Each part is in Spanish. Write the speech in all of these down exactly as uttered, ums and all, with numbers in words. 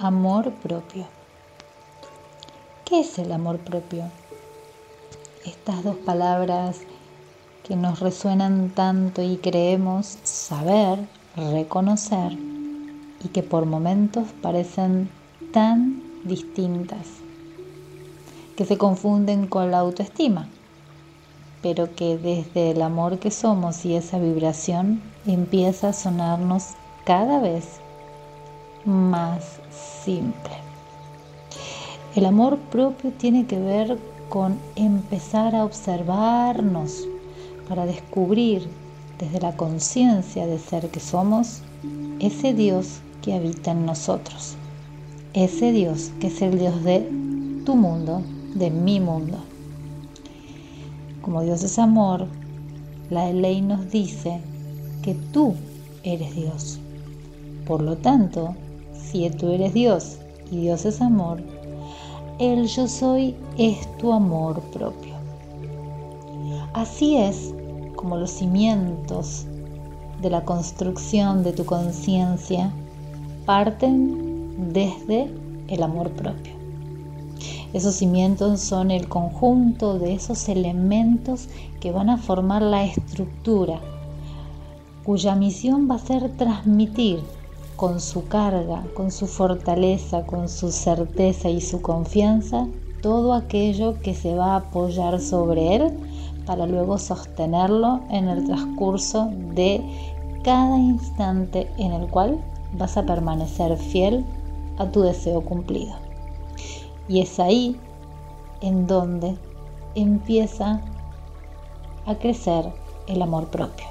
amor propio. ¿Qué es el amor propio? Estas dos palabras que nos resuenan tanto y creemos saber, reconocer y que por momentos parecen tan distintas, que se confunden con la autoestima, pero que desde el amor que somos y esa vibración empieza a sonarnos cada vez más simple. El amor propio tiene que ver con empezar a observarnos para descubrir desde la conciencia de ser que somos ese Dios que habita en nosotros, ese Dios que es el Dios de tu mundo, de mi mundo. Como Dios es amor, la ley nos dice que tú eres Dios. Por lo tanto, si tú eres Dios y Dios es amor, el yo soy es tu amor propio. Así es como los cimientos de la construcción de tu conciencia parten desde el amor propio. Esos cimientos son el conjunto de esos elementos que van a formar la estructura, cuya misión va a ser transmitir con su carga, con su fortaleza, con su certeza y su confianza, todo aquello que se va a apoyar sobre él para luego sostenerlo en el transcurso de cada instante en el cual vas a permanecer fiel a tu deseo cumplido. Y es ahí en donde empieza a crecer el amor propio.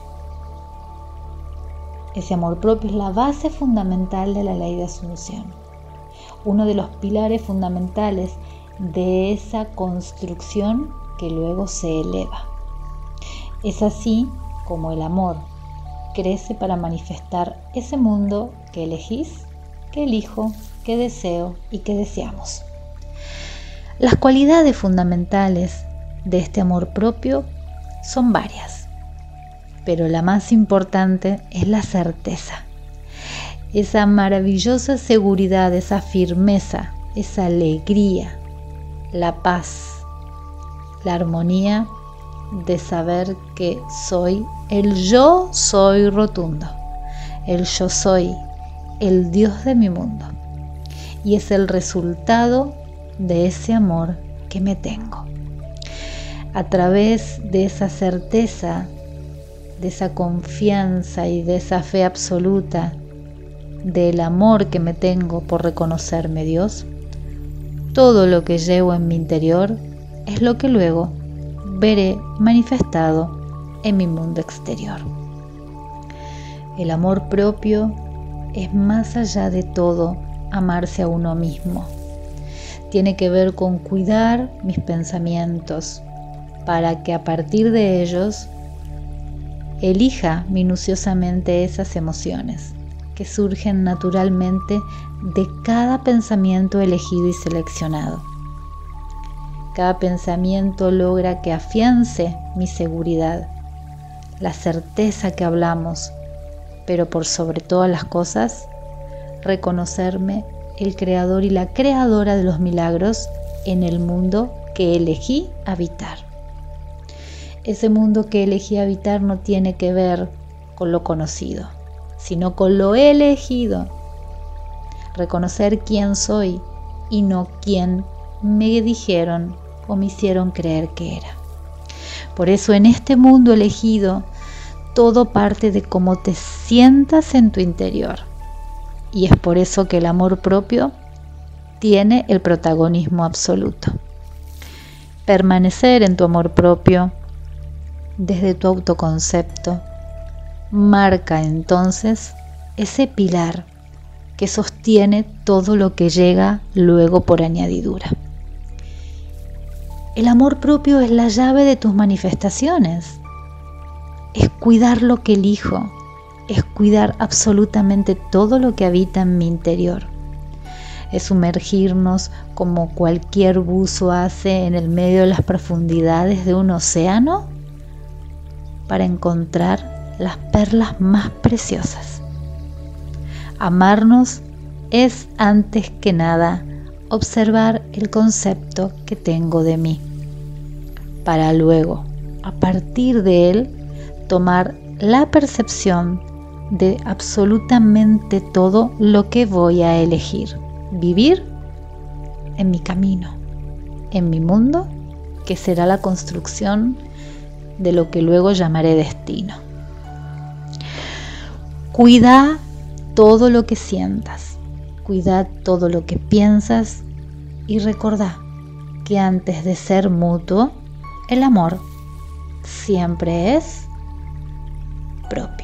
Ese amor propio es la base fundamental de la ley de asunción, uno de los pilares fundamentales de esa construcción que luego se eleva. Es así como el amor crece para manifestar ese mundo que elegís, que elijo, que deseo y que deseamos. Las cualidades fundamentales de este amor propio son varias, pero la más importante es la certeza, esa maravillosa seguridad, esa firmeza, esa alegría, la paz, la armonía de saber que soy el yo soy rotundo, el yo soy el Dios de mi mundo, y es el resultado de ese amor que me tengo. A través de esa certeza, de esa confianza y de esa fe absoluta del amor que me tengo por reconocerme Dios, todo lo que llevo en mi interior es lo que luego veré manifestado en mi mundo exterior. El amor propio es más allá de todo amarse a uno mismo. Tiene que ver con cuidar mis pensamientos para que a partir de ellos elija minuciosamente esas emociones que surgen naturalmente de cada pensamiento elegido y seleccionado. Cada pensamiento logra que afiance mi seguridad, la certeza que hablamos, pero por sobre todas las cosas, reconocerme el creador y la creadora de los milagros en el mundo que elegí habitar. Ese mundo que elegí habitar no tiene que ver con lo conocido, sino con lo elegido. Reconocer quién soy y no quién me dijeron o me hicieron creer que era. Por eso en este mundo elegido, todo parte de cómo te sientas en tu interior. Y es por eso que el amor propio tiene el protagonismo absoluto. Permanecer en tu amor propio desde tu autoconcepto marca entonces ese pilar que sostiene todo lo que llega luego por añadidura. El amor propio es la llave de tus manifestaciones. Es cuidar lo que elijo, es cuidar absolutamente todo lo que habita en mi interior. Es sumergirnos como cualquier buzo hace en el medio de las profundidades de un océano para encontrar las perlas más preciosas. Amarnos es antes que nada observar el concepto que tengo de mí, para luego, a partir de él, tomar la percepción de absolutamente todo lo que voy a elegir vivir en mi camino, en mi mundo, que será la construcción de lo que luego llamaré destino. Cuida todo lo que sientas, cuida todo lo que piensas y recordá que antes de ser mutuo, el amor siempre es propio.